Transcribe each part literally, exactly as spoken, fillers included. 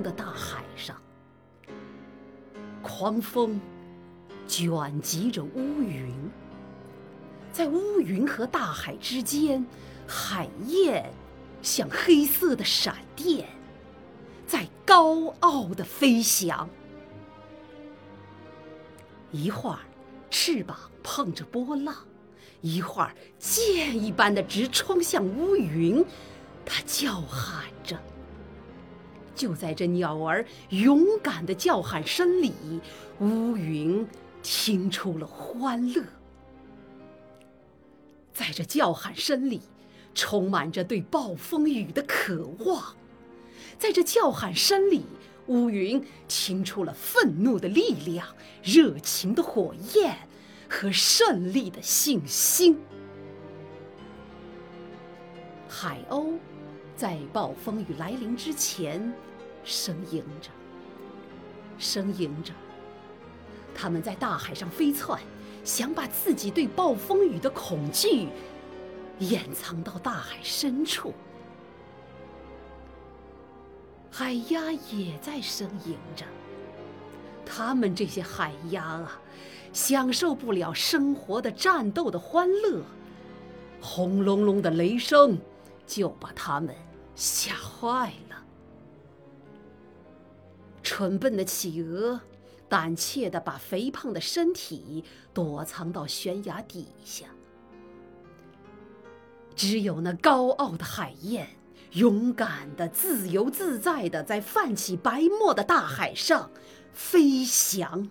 洋的大海上。狂风卷集着乌云，在乌云和大海之间，海燕像黑色的闪电，在高傲地飞翔。一会儿翅膀碰着波浪，一会儿箭一般的直冲向乌云，它叫喊着。就在这鸟儿勇敢的叫喊声里，乌云听出了欢乐。在这叫喊声里，充满着对暴风雨的渴望。在这叫喊声里，乌云听出了愤怒的力量、热情的火焰和胜利的信心。海鸥在暴风雨来临之前呻吟着，呻吟着，它们在大海上飞窜，想把自己对暴风雨的恐惧掩藏到大海深处。海鸭也在呻吟着，它们这些海鸭啊，享受不了生活的战斗的欢乐，轰隆隆的雷声就把它们吓坏了。蠢笨的企鹅胆怯地把肥胖的身体躲藏到悬崖底下，只有那高傲的海燕勇敢地、自由自在地在泛起白沫的大海上飞翔。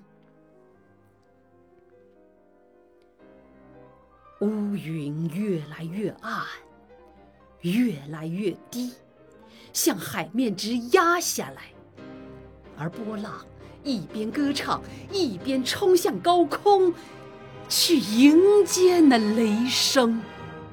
乌云越来越暗，越来越低，向海面直压下来，而波浪一边歌唱，一边冲向高空，去迎接那雷声。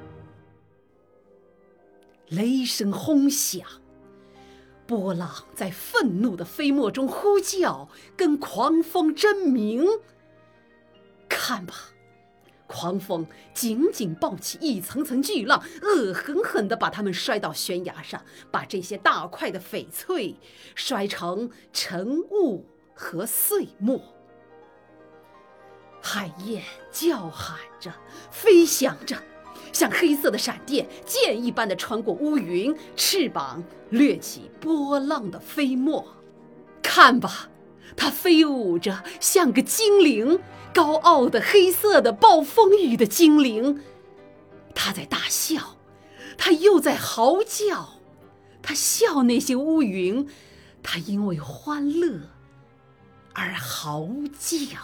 雷声轰响，波浪在愤怒的飞沫中呼叫，跟狂风争鸣。看吧，狂风紧紧抱起一层层巨浪，恶狠狠地把它们摔到悬崖上，把这些大块的翡翠摔成尘雾和碎末。海燕叫喊着，飞翔着，像黑色的闪电，箭一般地穿过乌云，翅膀掠起波浪的飞沫。看吧，它飞舞着，像个精灵，高傲的黑色的暴风雨的精灵。它在大笑，它又在嚎叫，它笑那些乌云，它因为欢乐而嚎叫。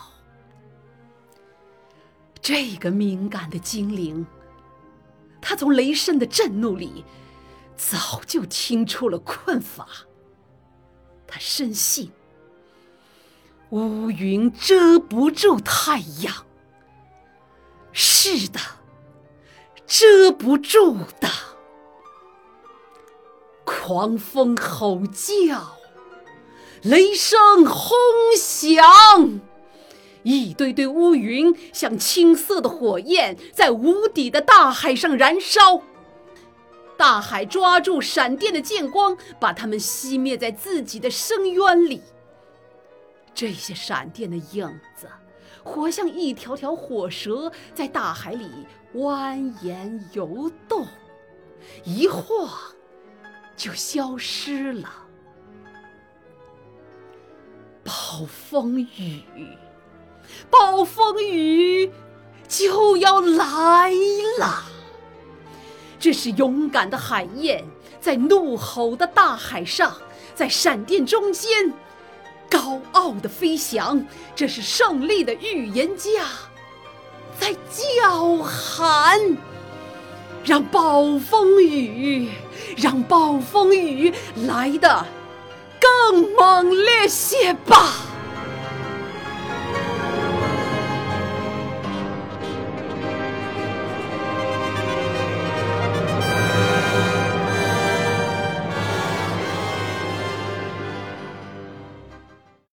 这个敏感的精灵，他从雷声的震怒里早就听出了困乏。他深信乌云遮不住太阳，是的，遮不住的。狂风吼叫，雷声轰响，一堆堆乌云像青色的火焰，在无底的大海上燃烧。大海抓住闪电的剑光，把它们熄灭在自己的深渊里。这些闪电的影子，活像一条条火蛇，在大海里蜿蜒游动，一晃就消失了。暴风雨，暴风雨就要来了。这是勇敢的海燕在怒吼的大海上，在闪电中间高傲的飞翔。这是胜利的预言家在叫喊，让暴风雨，让暴风雨来得更猛烈些吧。